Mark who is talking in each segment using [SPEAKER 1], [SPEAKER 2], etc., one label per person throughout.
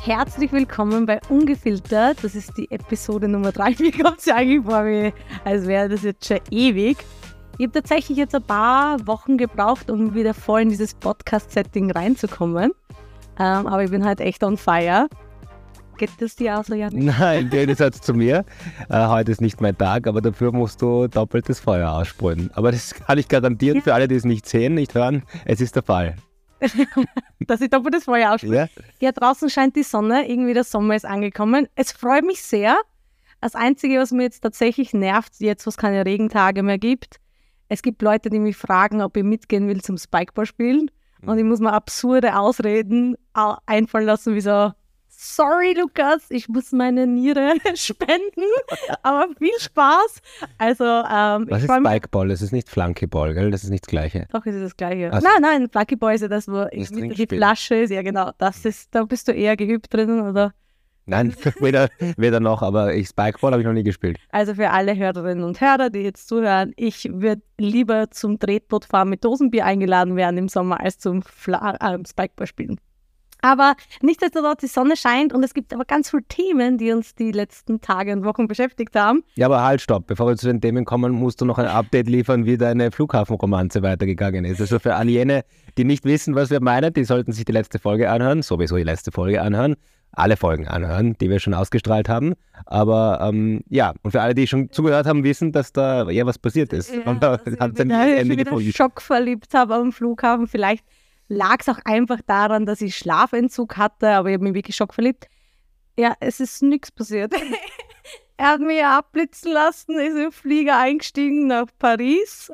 [SPEAKER 1] herzlich willkommen bei Ungefiltert. Das ist die Episode Nummer 3. Mir kommt es ja eigentlich vor, als wäre das jetzt schon ewig. Ich habe tatsächlich jetzt ein paar Wochen gebraucht, um wieder voll in dieses Podcast-Setting reinzukommen. Aber ich bin halt echt on fire. Geht das dir auch so, Jan?
[SPEAKER 2] Nein, der Satz zu mir. Heute ist nicht mein Tag, aber dafür musst du doppeltes Feuer aussprühen. Aber das kann ich garantieren für alle, die es nicht sehen, nicht hören. Es ist der Fall.
[SPEAKER 1] Dass ich doppeltes Feuer aussprühe. Ja, draußen scheint die Sonne. Irgendwie der Sommer ist angekommen. Es freut mich sehr. Das Einzige, was mir jetzt tatsächlich nervt, jetzt wo es keine Regentage mehr gibt, es gibt Leute, die mich fragen, ob ich mitgehen will zum Spikeball spielen. Und ich muss mir absurde Ausreden einfallen lassen, wie so: Sorry, Lukas, ich muss meine Niere spenden, aber viel Spaß. Also,
[SPEAKER 2] was ist Spikeball? Das ist nicht Flunkyball, gell? Das ist nicht das Gleiche.
[SPEAKER 1] Doch, ist das Gleiche.
[SPEAKER 2] Also,
[SPEAKER 1] nein, Flunkyball ist ja das, wo die Flasche ist. Ja, genau. Da bist du eher geübt drin, oder?
[SPEAKER 2] Nein, weder noch, aber Spikeball habe ich noch nie gespielt.
[SPEAKER 1] Also für alle Hörerinnen und Hörer, die jetzt zuhören, ich würde lieber zum Tretbootfahren mit Dosenbier eingeladen werden im Sommer, als zum Spikeball spielen. Aber nichtsdestotrotz, die Sonne scheint und es gibt aber ganz viele Themen, die uns die letzten Tage und Wochen beschäftigt haben.
[SPEAKER 2] Ja, aber halt, stopp. Bevor wir zu den Themen kommen, musst du noch ein Update liefern, wie deine Flughafenromanze weitergegangen ist. Also für alle jene, die nicht wissen, was wir meinen, die sollten sich die letzte Folge anhören, sowieso die letzte Folge anhören, alle Folgen anhören, die wir schon ausgestrahlt haben. Aber ja, und für alle, die schon zugehört haben, wissen, dass da was passiert ist.
[SPEAKER 1] Ja,
[SPEAKER 2] und da hat dann Ende gefunden.
[SPEAKER 1] Schock verliebt habe am Flughafen. Vielleicht lag es auch einfach daran, dass ich Schlafentzug hatte, aber ich habe mich wirklich schockverliebt. Ja, es ist nichts passiert. Er hat mich abblitzen lassen, ist im Flieger eingestiegen nach Paris.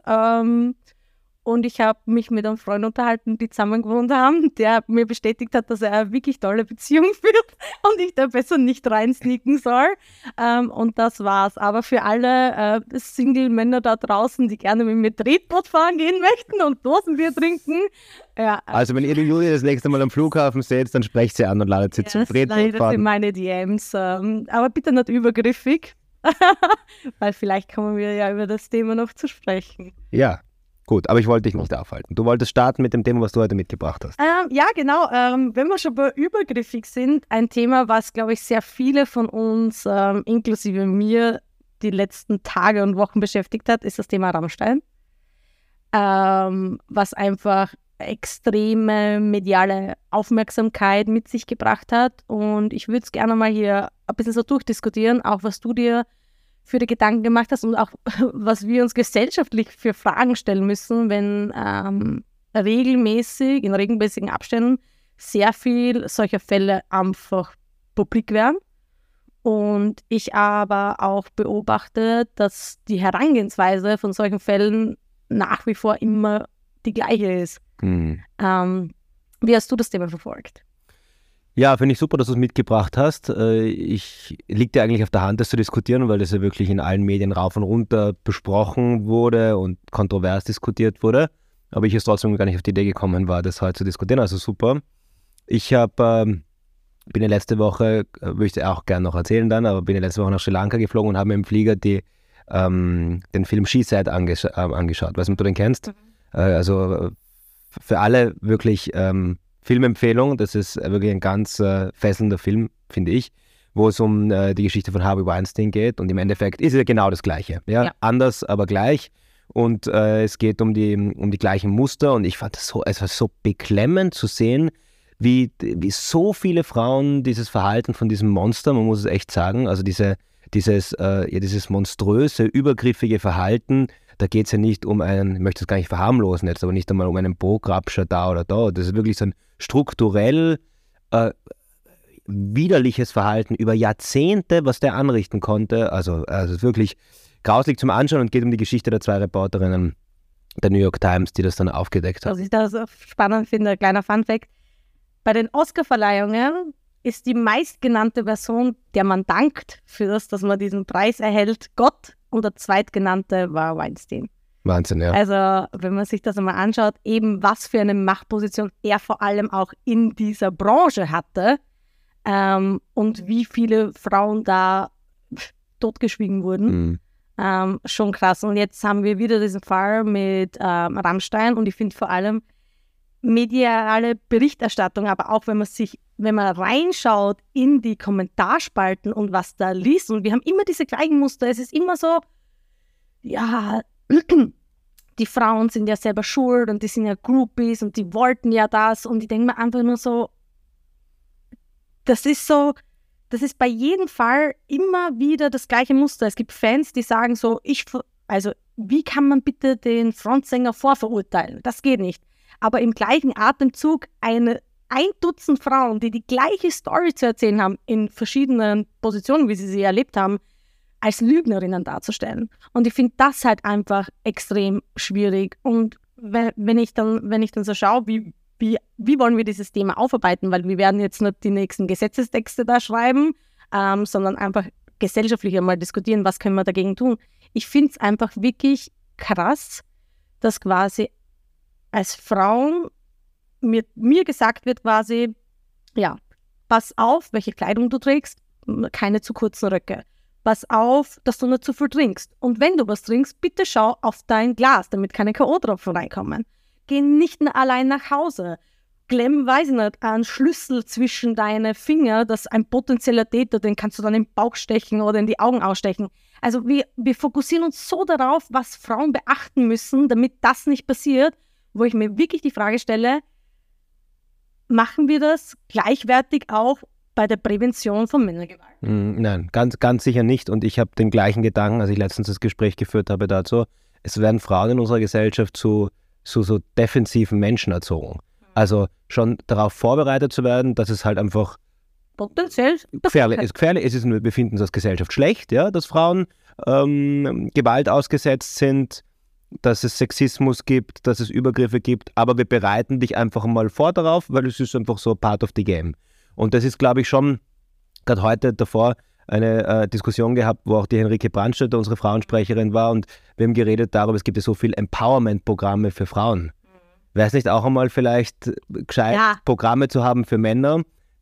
[SPEAKER 1] Und ich habe mich mit einem Freund unterhalten, die zusammen gewohnt haben, der mir bestätigt hat, dass er eine wirklich tolle Beziehung führt und ich da besser nicht reinsneaken soll. Und das war's. Aber für alle Single-Männer da draußen, die gerne mit mir Tretboot fahren gehen möchten und Dosenbier trinken. Ja,
[SPEAKER 2] also wenn ihr die Julia das nächste Mal am Flughafen seht, dann sprecht sie an und ladet sie zum Tretboot fahren.
[SPEAKER 1] Das sind meine DMs. Aber bitte nicht übergriffig, weil vielleicht kommen wir ja über das Thema noch zu sprechen.
[SPEAKER 2] Ja. Gut, aber ich wollte dich nicht aufhalten. Du wolltest starten mit dem Thema, was du heute mitgebracht hast.
[SPEAKER 1] Ja, genau. Wenn wir schon bei übergriffig sind, ein Thema, was, glaube ich, sehr viele von uns, inklusive mir, die letzten Tage und Wochen beschäftigt hat, ist das Thema Rammstein. Was einfach extreme mediale Aufmerksamkeit mit sich gebracht hat. Und ich würde es gerne mal hier ein bisschen so durchdiskutieren, auch was du dir für die Gedanken gemacht hast und auch, was wir uns gesellschaftlich für Fragen stellen müssen, wenn regelmäßig, in regelmäßigen Abständen sehr viel solcher Fälle einfach publik werden. Und ich aber auch beobachte, dass die Herangehensweise von solchen Fällen nach wie vor immer die gleiche ist. Wie hast du das Thema verfolgt?
[SPEAKER 2] Ja, finde ich super, dass du es mitgebracht hast. Liegt dir eigentlich auf der Hand, das zu diskutieren, weil das ja wirklich in allen Medien rauf und runter besprochen wurde und kontrovers diskutiert wurde. Aber ich ist trotzdem gar nicht auf die Idee gekommen war, das heute zu diskutieren. Also super. Ich bin ja letzte Woche, würde ich dir auch gerne noch erzählen dann, aber bin ja letzte Woche nach Sri Lanka geflogen und habe mir im Flieger den Film She Said angeschaut. Weißt du, ob du den kennst? Also für alle wirklich Filmempfehlung, das ist wirklich ein ganz fesselnder Film, finde ich, wo es um die Geschichte von Harvey Weinstein geht und im Endeffekt ist es ja genau das Gleiche, ja? Anders, aber gleich und es geht um die gleichen Muster und ich fand es war so beklemmend zu sehen, wie so viele Frauen dieses Verhalten von diesem Monster, man muss es echt sagen, also dieses monströse, übergriffige Verhalten. Da geht es ja nicht um ich möchte es gar nicht verharmlosen jetzt, aber nicht einmal um einen Po-Grabscher da oder da. Das ist wirklich so ein strukturell widerliches Verhalten über Jahrzehnte, was der anrichten konnte. Also wirklich grauslich zum Anschauen und geht um die Geschichte der 2 Reporterinnen der New York Times, die das dann aufgedeckt haben.
[SPEAKER 1] Was ich da so spannend finde, ein kleiner Funfact, bei den Oscar-Verleihungen ist die meistgenannte Person, der man dankt für das, dass man diesen Preis erhält, Gott. Und der zweitgenannte war Weinstein.
[SPEAKER 2] Wahnsinn, ja.
[SPEAKER 1] Also, wenn man sich das einmal anschaut, eben was für eine Machtposition er vor allem auch in dieser Branche hatte und wie viele Frauen da totgeschwiegen wurden. Schon krass. Und jetzt haben wir wieder diesen Fall mit Rammstein und ich finde vor allem, mediale Berichterstattung, aber auch wenn man reinschaut in die Kommentarspalten und was da liest, und wir haben immer diese gleichen Muster, es ist immer so, ja, die Frauen sind ja selber schuld und die sind ja Groupies und die wollten ja das, und ich denke mir einfach nur so, das ist bei jedem Fall immer wieder das gleiche Muster. Es gibt Fans, die sagen so, wie kann man bitte den Frontsänger vorverurteilen? Das geht nicht. Aber im gleichen Atemzug ein Dutzend Frauen, die die gleiche Story zu erzählen haben, in verschiedenen Positionen, wie sie erlebt haben, als Lügnerinnen darzustellen. Und ich finde das halt einfach extrem schwierig. Und wenn ich dann so schaue, wie wollen wir dieses Thema aufarbeiten, weil wir werden jetzt nicht die nächsten Gesetzestexte da schreiben, sondern einfach gesellschaftlich einmal diskutieren, was können wir dagegen tun. Ich finde es einfach wirklich krass, dass quasi als Frauen mir gesagt wird quasi, ja, pass auf, welche Kleidung du trägst, keine zu kurzen Röcke. Pass auf, dass du nicht zu viel trinkst. Und wenn du was trinkst, bitte schau auf dein Glas, damit keine K.O.-Tropfen reinkommen. Geh nicht allein nach Hause. Klemm, weiß ich nicht, einen Schlüssel zwischen deine Finger, dass ein potenzieller Täter, den kannst du dann im Bauch stechen oder in die Augen ausstechen. Also wir fokussieren uns so darauf, was Frauen beachten müssen, damit das nicht passiert, wo ich mir wirklich die Frage stelle, machen wir das gleichwertig auch bei der Prävention von Männergewalt?
[SPEAKER 2] Nein, ganz, ganz sicher nicht. Und ich habe den gleichen Gedanken, als ich letztens das Gespräch geführt habe dazu, es werden Frauen in unserer Gesellschaft zu so defensiven Menschen erzogen. Also schon darauf vorbereitet zu werden, dass es halt einfach
[SPEAKER 1] potenziell
[SPEAKER 2] gefährlich ist. Wir befinden uns als Gesellschaft schlecht, ja, dass Frauen Gewalt ausgesetzt sind, dass es Sexismus gibt, dass es Übergriffe gibt, aber wir bereiten dich einfach mal vor darauf, weil es ist einfach so part of the game. Und das ist, glaube ich, schon, gerade heute davor, eine Diskussion gehabt, wo auch die Henrike Brandstätter, unsere Frauensprecherin, war, und wir haben geredet darüber, es gibt ja so viele Empowerment-Programme für Frauen. Wäre es nicht auch einmal vielleicht gescheit, Programme zu haben für Männer,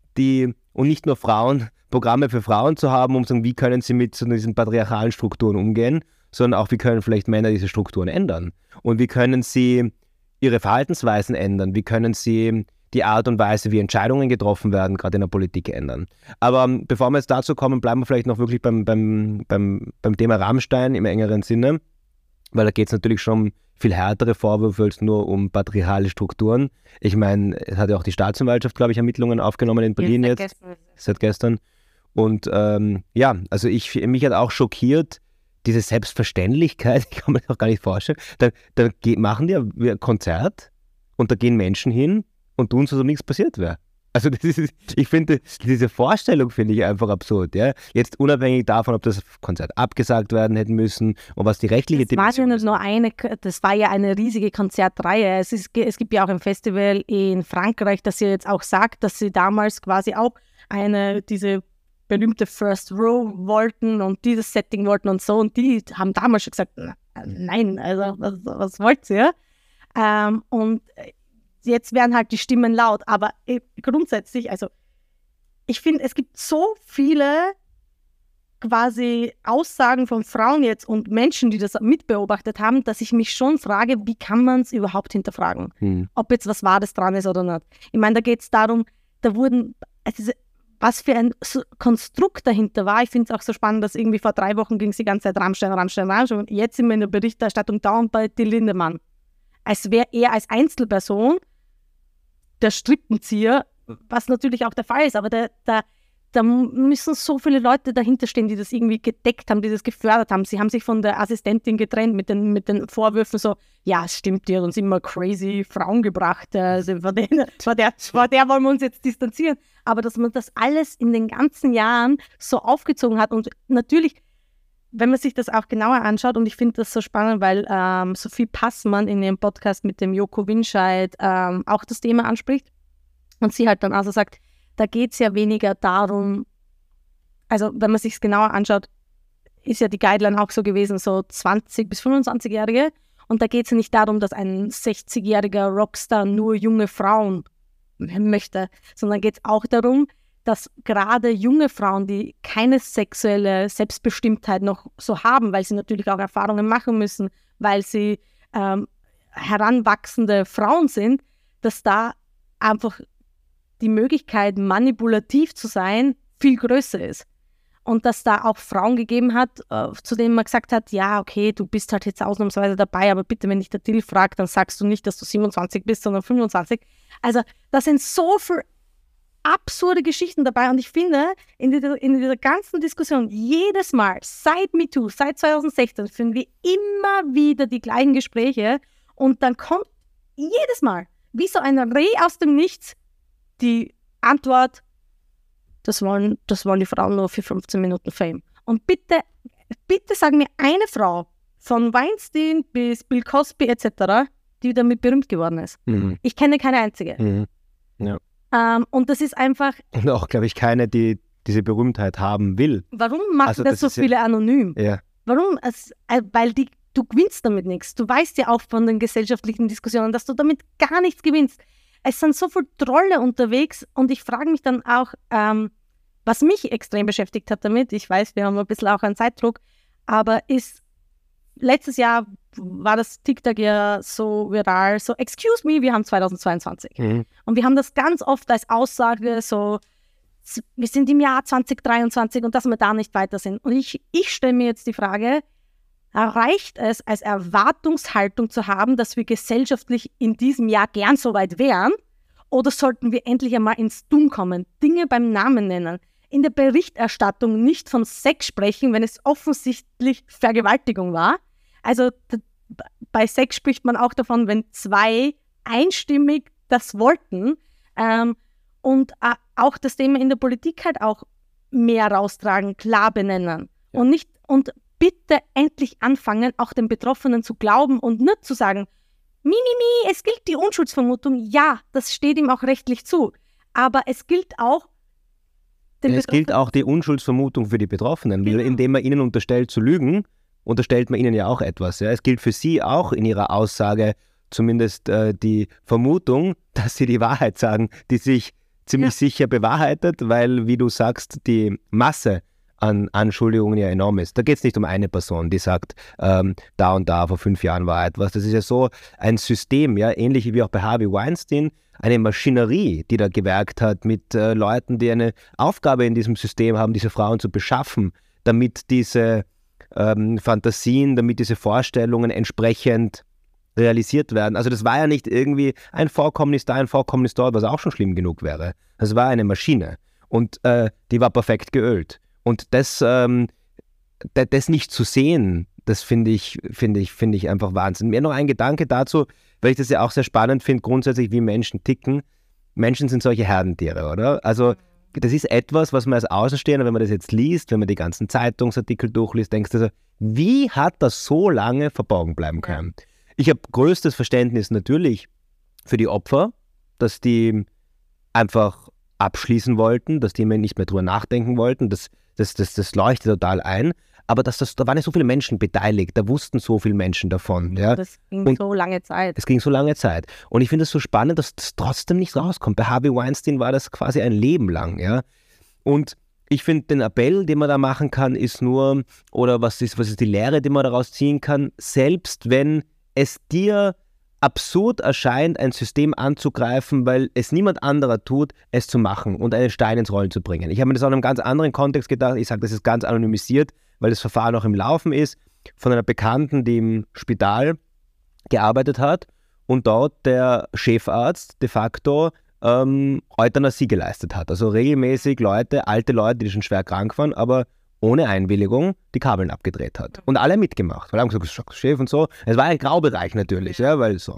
[SPEAKER 2] und nicht nur Frauen, Programme für Frauen zu haben, um zu sagen, wie können sie mit so diesen patriarchalen Strukturen umgehen, sondern auch, wie können vielleicht Männer diese Strukturen ändern? Und wie können sie ihre Verhaltensweisen ändern? Wie können sie die Art und Weise, wie Entscheidungen getroffen werden, gerade in der Politik ändern? Aber bevor wir jetzt dazu kommen, bleiben wir vielleicht noch wirklich beim Thema Rammstein im engeren Sinne, weil da geht es natürlich schon um viel härtere Vorwürfe als nur um patriarchale Strukturen. Ich meine, es hat ja auch die Staatsanwaltschaft, glaube ich, Ermittlungen aufgenommen in Berlin seit gestern. Und also mich hat auch schockiert, diese Selbstverständlichkeit, ich kann mir das auch gar nicht vorstellen. Da machen die ein Konzert und da gehen Menschen hin und tun so, als ob nichts passiert wäre. Also ich finde, diese Vorstellung finde ich einfach absurd. Ja? Jetzt unabhängig davon, ob das Konzert abgesagt werden hätte müssen und was die rechtliche
[SPEAKER 1] Dimension ist. Das war ja eine riesige Konzertreihe. Es gibt ja auch ein Festival in Frankreich, das ja jetzt auch sagt, dass sie damals quasi auch diese berühmte First Row wollten und dieses Setting wollten und so. Und die haben damals schon gesagt, nein, also was wollt ihr? Und jetzt werden halt die Stimmen laut, aber grundsätzlich, also ich finde, es gibt so viele quasi Aussagen von Frauen jetzt und Menschen, die das mitbeobachtet haben, dass ich mich schon frage, wie kann man es überhaupt hinterfragen? Ob jetzt was Wahres dran ist oder nicht. Ich meine, da geht es darum, was für ein Konstrukt dahinter war. Ich finde es auch so spannend, dass irgendwie vor 3 Wochen ging es die ganze Zeit Rammstein und jetzt sind wir in der Berichterstattung dauernd bei Till Lindemann. Als wäre er als Einzelperson der Strippenzieher, was natürlich auch der Fall ist, aber da müssen so viele Leute dahinter stehen, die das irgendwie gedeckt haben, die das gefördert haben. Sie haben sich von der Assistentin getrennt mit den Vorwürfen so, ja, es stimmt, die hat uns immer crazy Frauen gebracht, also vor der wollen wir uns jetzt distanzieren. Aber dass man das alles in den ganzen Jahren so aufgezogen hat und natürlich, wenn man sich das auch genauer anschaut, und ich finde das so spannend, weil Sophie Passmann in ihrem Podcast mit dem Joko Winscheid auch das Thema anspricht und sie halt dann also sagt, da geht es ja weniger darum, also wenn man sich es genauer anschaut, ist ja die Guideline auch so gewesen, so 20- bis 25-Jährige, und da geht es ja nicht darum, dass ein 60-jähriger Rockstar nur junge Frauen möchte, sondern geht es auch darum, dass gerade junge Frauen, die keine sexuelle Selbstbestimmtheit noch so haben, weil sie natürlich auch Erfahrungen machen müssen, weil sie heranwachsende Frauen sind, dass da einfach die Möglichkeit, manipulativ zu sein, viel größer ist. Und dass da auch Frauen gegeben hat, zu denen man gesagt hat, ja, okay, du bist halt jetzt ausnahmsweise dabei, aber bitte, wenn dich der Till fragt, dann sagst du nicht, dass du 27 bist, sondern 25. Also da sind so viele absurde Geschichten dabei und ich finde, in dieser ganzen Diskussion, jedes Mal, seit MeToo, seit 2016, finden wir immer wieder die gleichen Gespräche und dann kommt jedes Mal, wie so ein Reh aus dem Nichts, die Antwort, das wollen die Frauen nur für 15 Minuten Fame. Und bitte sag mir eine Frau, von Weinstein bis Bill Cosby etc., die damit berühmt geworden ist. Ich kenne keine einzige.
[SPEAKER 2] Ja.
[SPEAKER 1] Und das ist einfach...
[SPEAKER 2] Und auch, glaube ich, keine, die diese Berühmtheit haben will.
[SPEAKER 1] Warum machen das so viele anonym?
[SPEAKER 2] Ja.
[SPEAKER 1] Warum? Weil du gewinnst damit nichts. Du weißt ja auch von den gesellschaftlichen Diskussionen, dass du damit gar nichts gewinnst. Es sind so viele Trolle unterwegs und ich frage mich dann auch, was mich extrem beschäftigt hat damit, ich weiß, wir haben ein bisschen auch einen Zeitdruck, aber letztes Jahr war das TikTok ja so viral, so excuse me, wir haben 2022. Und wir haben das ganz oft als Aussage so, wir sind im Jahr 2023 und dass wir da nicht weiter sind. Und ich stelle mir jetzt die Frage, reicht es als Erwartungshaltung zu haben, dass wir gesellschaftlich in diesem Jahr gern so weit wären? Oder sollten wir endlich einmal ins Tun kommen, Dinge beim Namen nennen, in der Berichterstattung nicht von Sex sprechen, wenn es offensichtlich Vergewaltigung war? Also bei Sex spricht man auch davon, wenn zwei einstimmig das wollten. Und auch das Thema in der Politik halt auch mehr raustragen, klar benennen. Ja. Und bitte endlich anfangen, auch den Betroffenen zu glauben und nicht zu sagen, es gilt die Unschuldsvermutung. Ja, das steht ihm auch rechtlich zu. Aber es gilt auch
[SPEAKER 2] die Unschuldsvermutung für die Betroffenen. Genau. Indem man ihnen unterstellt zu lügen, unterstellt man ihnen ja auch etwas. Ja? Es gilt für sie auch in ihrer Aussage zumindest die Vermutung, dass sie die Wahrheit sagen, die sich ziemlich sicher bewahrheitet, weil, wie du sagst, die Masse an Anschuldigungen ja enorm ist. Da geht es nicht um eine Person, die sagt, da und da, vor 5 Jahren war etwas. Das ist ja so ein System, ja, ähnlich wie auch bei Harvey Weinstein, eine Maschinerie, die da gewerkt hat mit Leuten, die eine Aufgabe in diesem System haben, diese Frauen zu beschaffen, damit diese Fantasien, damit diese Vorstellungen entsprechend realisiert werden. Also das war ja nicht irgendwie ein Vorkommnis da, ein Vorkommnis dort, was auch schon schlimm genug wäre. Das war eine Maschine und die war perfekt geölt. Und das nicht zu sehen, das finde ich einfach Wahnsinn. Mir noch ein Gedanke dazu, weil ich das ja auch sehr spannend finde, grundsätzlich wie Menschen ticken. Menschen sind solche Herdentiere, oder? Also das ist etwas, was man als Außenstehender, wenn man das jetzt liest, wenn man die ganzen Zeitungsartikel durchliest, denkst du so, wie hat das so lange verborgen bleiben können? Ja. Ich habe größtes Verständnis natürlich für die Opfer, dass die einfach abschließen wollten, dass die nicht mehr drüber nachdenken wollten, das leuchtet total ein. Aber da waren ja so viele Menschen beteiligt, da wussten so viele Menschen davon. Ja.
[SPEAKER 1] Das ging so lange Zeit.
[SPEAKER 2] Es ging so lange Zeit. Und ich finde es so spannend, dass das trotzdem nicht rauskommt. Bei Harvey Weinstein war das quasi ein Leben lang. Ja. Und ich finde, den Appell, den man da machen kann, ist nur, oder was ist die Lehre, die man daraus ziehen kann, selbst wenn es dir absurd erscheint, ein System anzugreifen, weil es niemand anderer tut, es zu machen und einen Stein ins Rollen zu bringen. Ich habe mir das auch in einem ganz anderen Kontext gedacht. Ich sage, das ist ganz anonymisiert, weil das Verfahren auch im Laufen ist, von einer Bekannten, die im Spital gearbeitet hat und dort der Chefarzt de facto Euthanasie geleistet hat. Also regelmäßig alte Leute, die schon schwer krank waren, aber ohne Einwilligung die Kabeln abgedreht hat. Und alle mitgemacht, weil haben gesagt, Chef und so. Es war ein Graubereich natürlich, ja, weil so.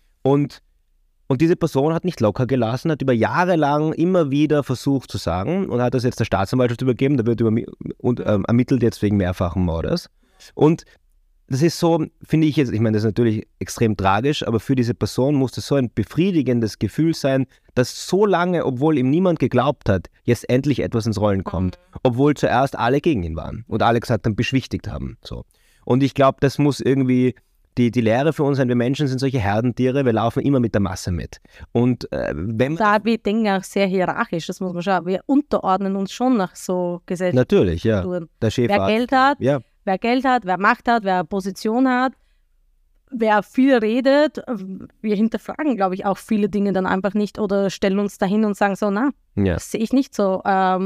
[SPEAKER 2] Und diese Person hat nicht locker gelassen, hat über Jahre lang immer wieder versucht zu sagen und hat das jetzt der Staatsanwaltschaft übergeben, da wird ermittelt jetzt wegen mehrfachen Mordes. Und das ist so, finde ich jetzt, ich meine, das ist natürlich extrem tragisch, aber für diese Person muss das so ein befriedigendes Gefühl sein, dass so lange, obwohl ihm niemand geglaubt hat, jetzt endlich etwas ins Rollen kommt. Obwohl zuerst alle gegen ihn waren und alle gesagt haben, beschwichtigt haben. So. Und ich glaube, das muss irgendwie die Lehre für uns sein. Wir Menschen sind solche Herdentiere, wir laufen immer mit der Masse mit. Und wenn
[SPEAKER 1] wir denken auch sehr hierarchisch, das muss man schauen. Wir unterordnen uns schon nach so Gesellschaften.
[SPEAKER 2] Natürlich, ja. Der Chefarzt.
[SPEAKER 1] Wer Geld hat, wer Macht hat, wer Position hat, wer viel redet, wir hinterfragen, glaube ich, auch viele Dinge dann einfach nicht oder stellen uns dahin und sagen so, na, das sehe ich nicht so.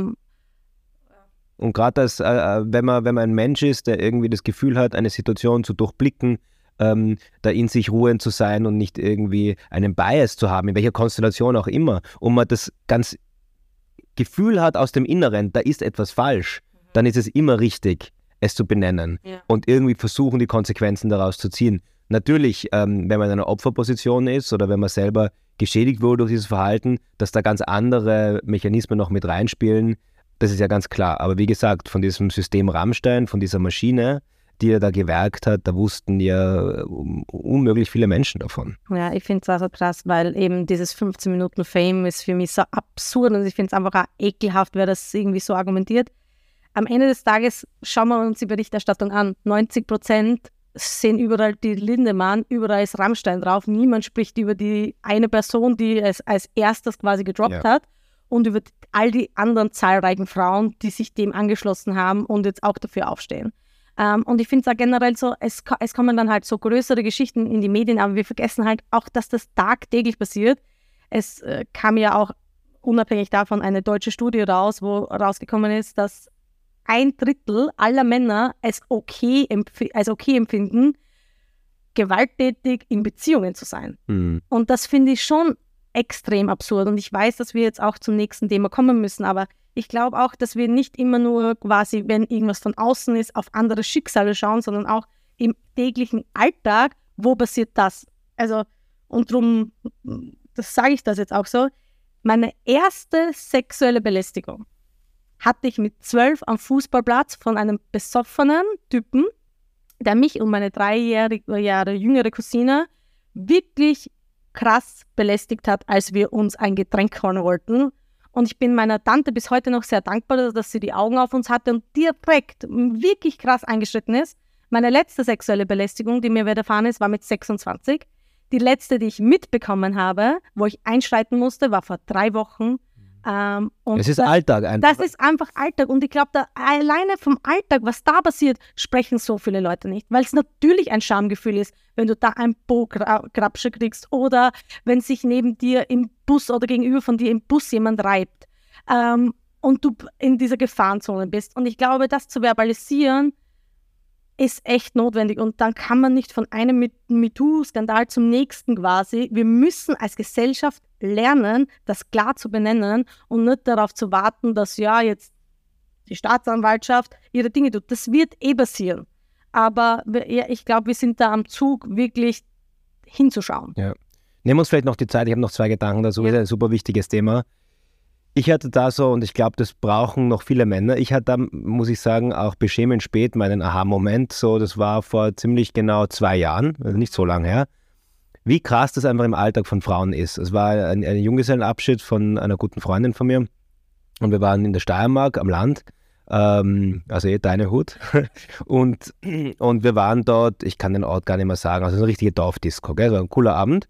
[SPEAKER 2] Und gerade wenn man ein Mensch ist, der irgendwie das Gefühl hat, eine Situation zu durchblicken, da in sich ruhend zu sein und nicht irgendwie einen Bias zu haben, in welcher Konstellation auch immer, und man das ganz Gefühl hat aus dem Inneren, da ist etwas falsch, dann ist es immer richtig, es zu benennen und irgendwie versuchen, die Konsequenzen daraus zu ziehen. Natürlich, wenn man in einer Opferposition ist oder wenn man selber geschädigt wurde durch dieses Verhalten, dass da ganz andere Mechanismen noch mit reinspielen, das ist ja ganz klar. Aber wie gesagt, von diesem System Rammstein, von dieser Maschine, die er da gewerkt hat, da wussten ja unmöglich viele Menschen davon.
[SPEAKER 1] Ja, ich finde es auch so krass, weil eben dieses 15 Minuten Fame ist für mich so absurd und ich finde es einfach auch ekelhaft, wer das irgendwie so argumentiert. Am Ende des Tages schauen wir uns die Berichterstattung an. 90% sehen überall die Lindemann, überall ist Rammstein drauf. Niemand spricht über die eine Person, die es als erstes quasi gedroppt hat und über all die anderen zahlreichen Frauen, die sich dem angeschlossen haben und jetzt auch dafür aufstehen. Und ich finde es auch generell so, es kommen dann halt so größere Geschichten in die Medien, aber wir vergessen halt auch, dass das tagtäglich passiert. Es kam ja auch unabhängig davon eine deutsche Studie raus, wo rausgekommen ist, dass 1/3 aller Männer es okay empfinden, gewalttätig in Beziehungen zu sein. Und das finde ich schon extrem absurd. Und ich weiß, dass wir jetzt auch zum nächsten Thema kommen müssen, aber ich glaube auch, dass wir nicht immer nur quasi, wenn irgendwas von außen ist, auf andere Schicksale schauen, sondern auch im täglichen Alltag, wo passiert das? Also, und darum, das sage ich das jetzt auch so, meine erste sexuelle Belästigung hatte ich mit 12 am Fußballplatz von einem besoffenen Typen, der mich und meine 3 Jahre jüngere Cousine wirklich krass belästigt hat, als wir uns ein Getränk holen wollten. Und ich bin meiner Tante bis heute noch sehr dankbar, dass sie die Augen auf uns hatte und direkt wirklich krass eingeschritten ist. Meine letzte sexuelle Belästigung, die mir widerfahren ist, war mit 26. Die letzte, die ich mitbekommen habe, wo ich einschreiten musste, war vor 3 Wochen. Und
[SPEAKER 2] es ist Alltag einfach. Das
[SPEAKER 1] ist einfach Alltag. Und ich glaube, alleine vom Alltag, was da passiert, sprechen so viele Leute nicht. Weil es natürlich ein Schamgefühl ist, wenn du da ein Po-Grabscher kriegst oder wenn sich neben dir im Bus oder gegenüber von dir im Bus jemand reibt und du in dieser Gefahrenzone bist. Und ich glaube, das zu verbalisieren, ist echt notwendig. Und dann kann man nicht von einem MeToo-Skandal zum nächsten quasi. Wir müssen als Gesellschaft lernen, das klar zu benennen und nicht darauf zu warten, dass ja jetzt die Staatsanwaltschaft ihre Dinge tut. Das wird passieren. Aber ich glaube, wir sind da am Zug, wirklich hinzuschauen.
[SPEAKER 2] Ja. Nehmen wir uns vielleicht noch die Zeit. Ich habe noch 2 Gedanken dazu. Das ist ein super wichtiges Thema. Ich hatte da so, und ich glaube, das brauchen noch viele Männer. Ich hatte da, muss ich sagen, auch beschämend spät meinen Aha-Moment. So, das war vor ziemlich genau 2 Jahren, also nicht so lange her. Wie krass das einfach im Alltag von Frauen ist. Es war ein Junggesellenabschied von einer guten Freundin von mir. Und wir waren in der Steiermark am Land, also deine Hut. und wir waren dort, ich kann den Ort gar nicht mehr sagen, also eine richtige Dorfdisco. Gell? Das war ein cooler Abend.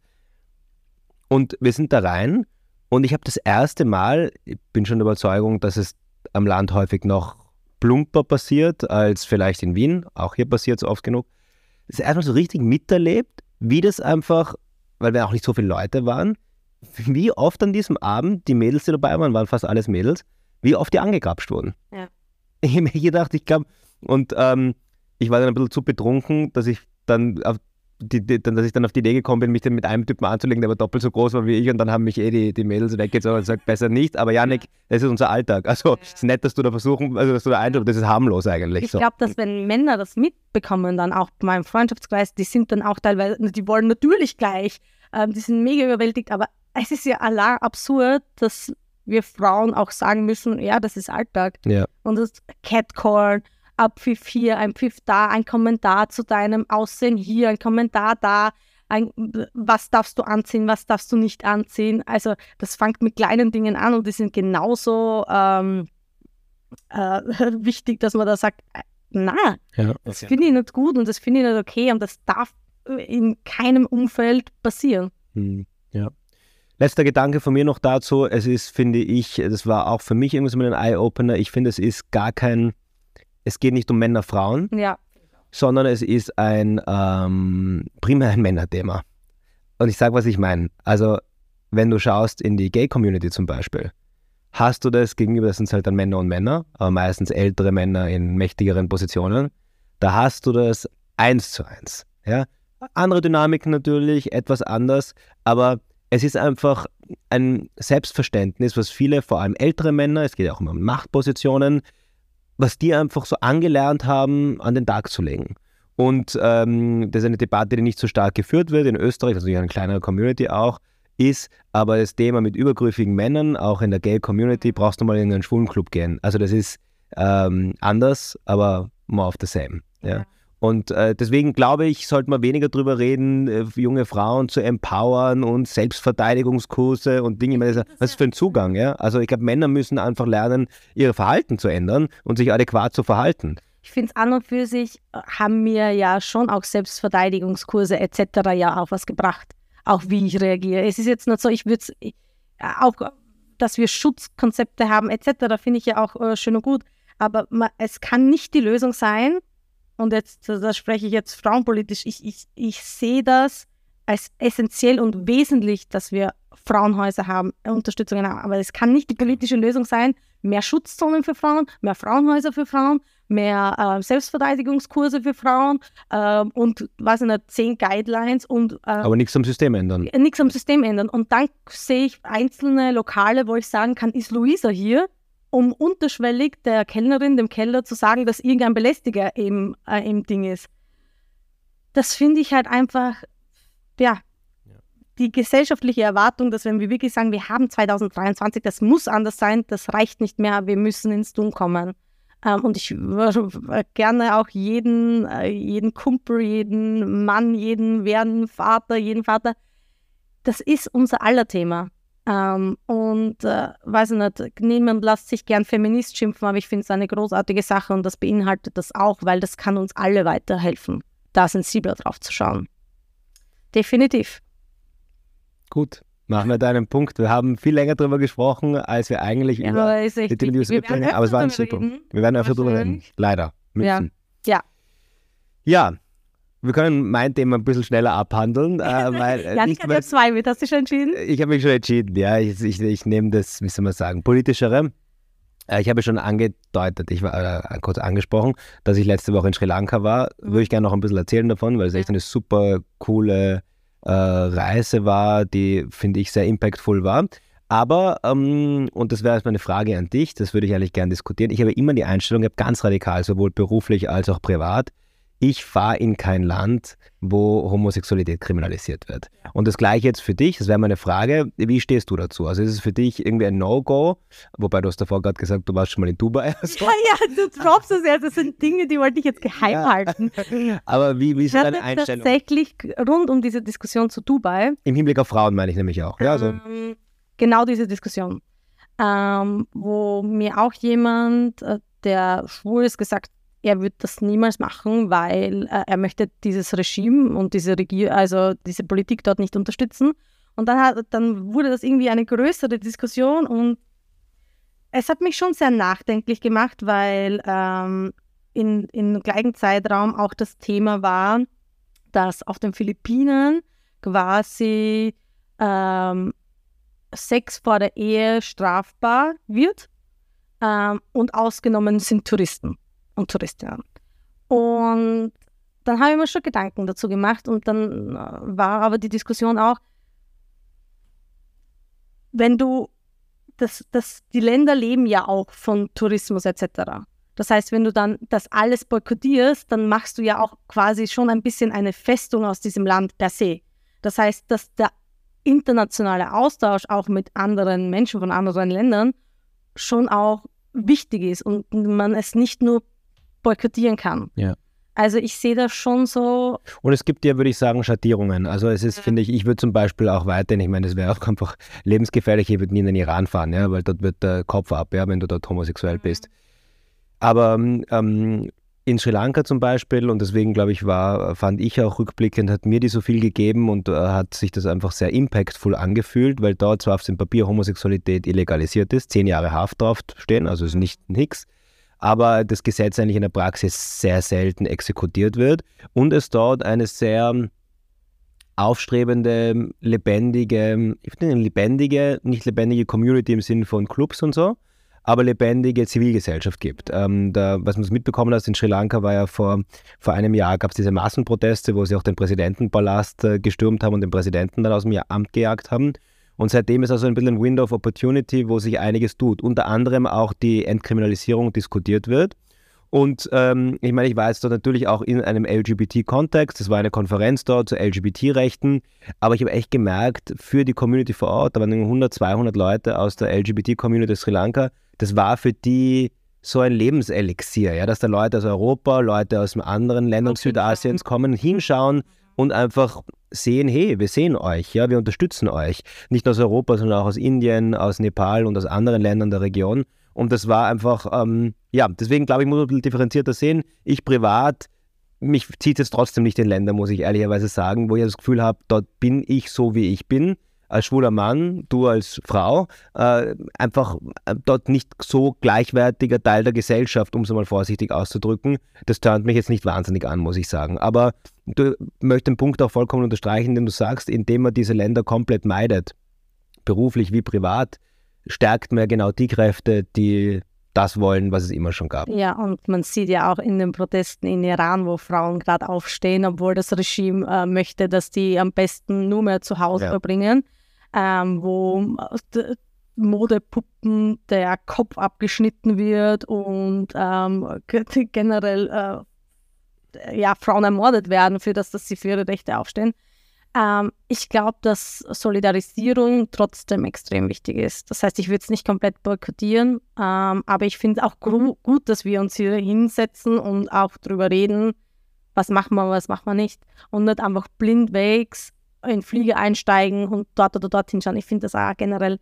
[SPEAKER 2] Und wir sind da rein. Und ich habe das erste Mal, ich bin schon der Überzeugung, dass es am Land häufig noch plumper passiert als vielleicht in Wien. Auch hier passiert es oft genug. Das erste Mal so richtig miterlebt, wie das einfach, weil wir auch nicht so viele Leute waren, wie oft an diesem Abend die Mädels, die dabei waren fast alles Mädels, wie oft die angegrapscht wurden. Ja. Ich habe mir gedacht, ich war dann ein bisschen zu betrunken, dass ich dann auf die Idee gekommen bin, mich dann mit einem Typen anzulegen, der aber doppelt so groß war wie ich, und dann haben mich die Mädels weggezogen und gesagt, besser nicht. Aber Janik, das ist unser Alltag. Also es ist nett, dass du da dass du da Eindruck, das ist harmlos eigentlich.
[SPEAKER 1] Ich glaube, dass wenn Männer das mitbekommen, dann auch bei meinem Freundschaftskreis, die sind dann auch teilweise, die wollen natürlich gleich, die sind mega überwältigt, aber es ist ja absurd, dass wir Frauen auch sagen müssen, ja, das ist Alltag. Ja. Und das Catcall, Abpfiff hier, ein Pfiff da, ein Kommentar zu deinem Aussehen hier, ein Kommentar da, was darfst du anziehen, was darfst du nicht anziehen. Also das fängt mit kleinen Dingen an und die sind genauso wichtig, dass man da sagt, das finde ich nicht gut und das finde ich nicht okay und das darf in keinem Umfeld passieren.
[SPEAKER 2] Ja. Letzter Gedanke von mir noch dazu, es ist, finde ich, das war auch für mich irgendwie so ein Eye-Opener, ich finde, es geht nicht um Männer, Frauen, sondern es ist primär ein Männerthema. Und ich sage, was ich meine. Also, wenn du schaust in die Gay-Community zum Beispiel, hast du das gegenüber, das sind halt dann Männer und Männer, aber meistens ältere Männer in mächtigeren Positionen, da hast du das 1:1. Ja? Andere Dynamiken natürlich, etwas anders, aber es ist einfach ein Selbstverständnis, was viele, vor allem ältere Männer, es geht auch immer um Machtpositionen, was die einfach so angelernt haben, an den Tag zu legen. Und das ist eine Debatte, die nicht so stark geführt wird in Österreich, also eine kleinere Community auch, ist aber das Thema mit übergriffigen Männern, auch in der Gay-Community, brauchst du mal in einen schwulen Club gehen. Also das ist anders, aber more of the same. Ja. Und deswegen glaube ich, sollte man weniger drüber reden, junge Frauen zu empowern und Selbstverteidigungskurse und Dinge. Was ist für ein Zugang? Ja? Also ich glaube, Männer müssen einfach lernen, ihr Verhalten zu ändern und sich adäquat zu verhalten.
[SPEAKER 1] Ich finde es an und für sich haben mir ja schon auch Selbstverteidigungskurse etc. ja auch was gebracht. Auch wie ich reagiere. Es ist jetzt nicht so, ich würde es auch, dass wir Schutzkonzepte haben etc. finde ich ja auch schön und gut. Aber es kann nicht die Lösung sein, und jetzt, da spreche ich jetzt frauenpolitisch, ich sehe das als essentiell und wesentlich, dass wir Frauenhäuser haben, Unterstützungen haben. Aber es kann nicht die politische Lösung sein, mehr Schutzzonen für Frauen, mehr Frauenhäuser für Frauen, mehr Selbstverteidigungskurse für Frauen und, weiß ich nicht, 10 Guidelines.
[SPEAKER 2] Aber nichts am System ändern.
[SPEAKER 1] Nichts am System ändern. Und dann sehe ich einzelne Lokale, wo ich sagen kann, ist Luisa hier, um unterschwellig der Kellnerin, dem Kellner zu sagen, dass irgendein Belästiger im Ding ist. Das finde ich halt einfach, die gesellschaftliche Erwartung, dass wenn wir wirklich sagen, wir haben 2023, das muss anders sein, das reicht nicht mehr, wir müssen ins Tun kommen. Und ich würde gerne auch jeden Kumpel, jeden Mann, jeden Vater, das ist unser aller Thema. Weiß ich nicht, niemand lässt sich gern Feminist schimpfen, aber ich finde es eine großartige Sache und das beinhaltet das auch, weil das kann uns alle weiterhelfen, da sensibler drauf zu schauen. Definitiv.
[SPEAKER 2] Gut, machen wir deinen Punkt. Wir haben viel länger darüber gesprochen, als wir eigentlich
[SPEAKER 1] aber es war super.
[SPEAKER 2] Wir werden öfter darüber reden. Leider.
[SPEAKER 1] Müssen.
[SPEAKER 2] Ja. Wir können mein Thema ein bisschen schneller abhandeln. Weil
[SPEAKER 1] ich habe 2 mit. Hast du dich schon entschieden?
[SPEAKER 2] Ich habe mich schon entschieden, ja. Ich nehme das, wie soll man sagen, politischere. Ich habe schon angedeutet, ich war kurz angesprochen, dass ich letzte Woche in Sri Lanka war. Würde ich gerne noch ein bisschen erzählen davon, weil es echt eine super coole Reise war, die, finde ich, sehr impactful war. Aber, und das wäre jetzt meine Frage an dich, das würde ich eigentlich gerne diskutieren. Ich habe immer die Einstellung, ich habe ganz radikal, sowohl beruflich als auch privat, ich fahre in kein Land, wo Homosexualität kriminalisiert wird. Und das Gleiche jetzt für dich, das wäre meine Frage, wie stehst du dazu? Also ist es für dich irgendwie ein No-Go? Wobei du hast davor gerade gesagt, du warst schon mal in Dubai.
[SPEAKER 1] Also. Ja, du droppst es ja, das sind Dinge, die wollte ich jetzt geheim halten.
[SPEAKER 2] Aber wie ist deine Einstellung?
[SPEAKER 1] Tatsächlich rund um diese Diskussion zu Dubai.
[SPEAKER 2] Im Hinblick auf Frauen meine ich nämlich auch. Ja, also.
[SPEAKER 1] Genau diese Diskussion. Wo mir auch jemand, der schwul ist, gesagt, er wird das niemals machen, weil er möchte dieses Regime und diese Politik dort nicht unterstützen. Und dann wurde das irgendwie eine größere Diskussion und es hat mich schon sehr nachdenklich gemacht, weil im gleichen Zeitraum auch das Thema war, dass auf den Philippinen quasi Sex vor der Ehe strafbar wird und ausgenommen sind Touristen und Touristinnen. Und dann habe ich mir schon Gedanken dazu gemacht und dann war aber die Diskussion auch, wenn du, die Länder leben ja auch von Tourismus etc. Das heißt, wenn du dann das alles boykottierst, dann machst du ja auch quasi schon ein bisschen eine Festung aus diesem Land per se. Das heißt, dass der internationale Austausch auch mit anderen Menschen von anderen Ländern schon auch wichtig ist und man es nicht nur boykottieren kann.
[SPEAKER 2] Ja.
[SPEAKER 1] Also ich sehe das schon so.
[SPEAKER 2] Und es gibt ja, würde ich sagen, Schattierungen. Also es ist, finde ich würde zum Beispiel auch weiterhin, ich meine, es wäre auch einfach lebensgefährlich, ich würde nie in den Iran fahren, ja, weil dort wird der Kopf ab, ja, wenn du dort homosexuell bist. Aber in Sri Lanka zum Beispiel, und deswegen glaube ich fand ich auch rückblickend, hat mir die so viel gegeben und hat sich das einfach sehr impactful angefühlt, weil dort zwar auf dem Papier Homosexualität illegalisiert ist, 10 Jahre Haft drauf stehen, also ist nicht nix, aber das Gesetz eigentlich in der Praxis sehr selten exekutiert wird und es dort eine sehr aufstrebende, lebendige, nicht lebendige Community im Sinne von Clubs und so, aber lebendige Zivilgesellschaft gibt. Was man mitbekommen hat, in Sri Lanka war ja vor einem Jahr, gab es diese Massenproteste, wo sie auch den Präsidentenpalast gestürmt haben und den Präsidenten dann aus dem Amt gejagt haben. Und seitdem ist also ein bisschen ein Window of Opportunity, wo sich einiges tut. Unter anderem auch die Entkriminalisierung diskutiert wird. Und ich meine, ich war jetzt dort natürlich auch in einem LGBT-Kontext. Das war eine Konferenz dort zu LGBT-Rechten. Aber ich habe echt gemerkt, für die Community vor Ort, da waren 100, 200 Leute aus der LGBT-Community Sri Lanka, das war für die so ein Lebenselixier, ja, dass da Leute aus Europa, Leute aus anderen Ländern Südasiens kommen, hinschauen und einfach sehen, hey, wir sehen euch, ja, wir unterstützen euch. Nicht nur aus Europa, sondern auch aus Indien, aus Nepal und aus anderen Ländern der Region. Und das war einfach, deswegen glaube ich, muss man ein bisschen differenzierter sehen. Ich privat, mich zieht es trotzdem nicht in Länder, muss ich ehrlicherweise sagen, wo ich das Gefühl habe, dort bin ich so, wie ich bin, als schwuler Mann, du als Frau, einfach dort nicht so gleichwertiger Teil der Gesellschaft, um es mal vorsichtig auszudrücken. Das turnt mich jetzt nicht wahnsinnig an, muss ich sagen. Aber du möchtest den Punkt auch vollkommen unterstreichen, den du sagst, indem man diese Länder komplett meidet, beruflich wie privat, stärkt man genau die Kräfte, die das wollen, was es immer schon gab.
[SPEAKER 1] Ja, und man sieht ja auch in den Protesten in Iran, wo Frauen gerade aufstehen, obwohl das Regime möchte, dass die am besten nur mehr zu Hause verbringen, wo Modepuppen der Kopf abgeschnitten wird und generell Frauen ermordet werden, dass sie für ihre Rechte aufstehen. Ich glaube, dass Solidarisierung trotzdem extrem wichtig ist. Das heißt, ich würde es nicht komplett boykottieren, aber ich finde es auch gut, dass wir uns hier hinsetzen und auch darüber reden, was machen wir, was machen wir nicht. Und nicht einfach blindwegs in den Flieger einsteigen und dort oder dorthin schauen. Ich finde das auch generell,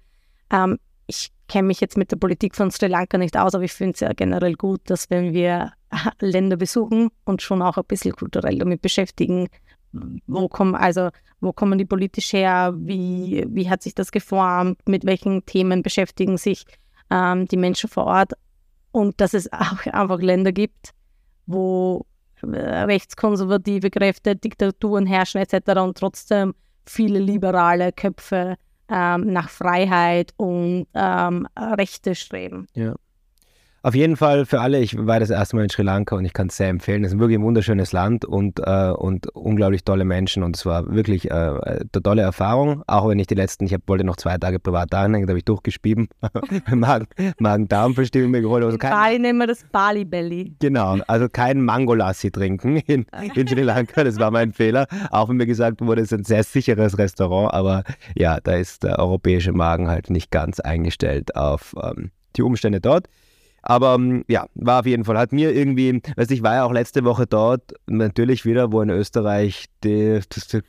[SPEAKER 1] ich kenne mich jetzt mit der Politik von Sri Lanka nicht aus, aber ich finde es ja generell gut, dass wenn wir Länder besuchen und schon auch ein bisschen kulturell damit beschäftigen, wo kommen die politisch her, wie hat sich das geformt, mit welchen Themen beschäftigen sich die Menschen vor Ort und dass es auch einfach Länder gibt, wo rechtskonservative Kräfte, Diktaturen herrschen etc. und trotzdem viele liberale Köpfe nach Freiheit und Rechte streben.
[SPEAKER 2] Ja. Auf jeden Fall für alle, ich war das erste Mal in Sri Lanka und ich kann es sehr empfehlen. Es ist wirklich ein wunderschönes Land und unglaublich tolle Menschen und es war wirklich eine tolle Erfahrung, auch wenn ich wollte noch 2 Tage privat da hängen, da habe ich durchgespieben, Magen-Darm-Verstimmung mir geholt. Also
[SPEAKER 1] Bali nennen wir das Bali Belly.
[SPEAKER 2] Genau, also kein Mangolassi trinken in Sri Lanka, das war mein Fehler, auch wenn mir gesagt wurde, es ist ein sehr sicheres Restaurant, aber ja, da ist der europäische Magen halt nicht ganz eingestellt auf die Umstände dort. Aber war auf jeden Fall, hat mir irgendwie, ich war ja auch letzte Woche dort, natürlich wieder, wo in Österreich das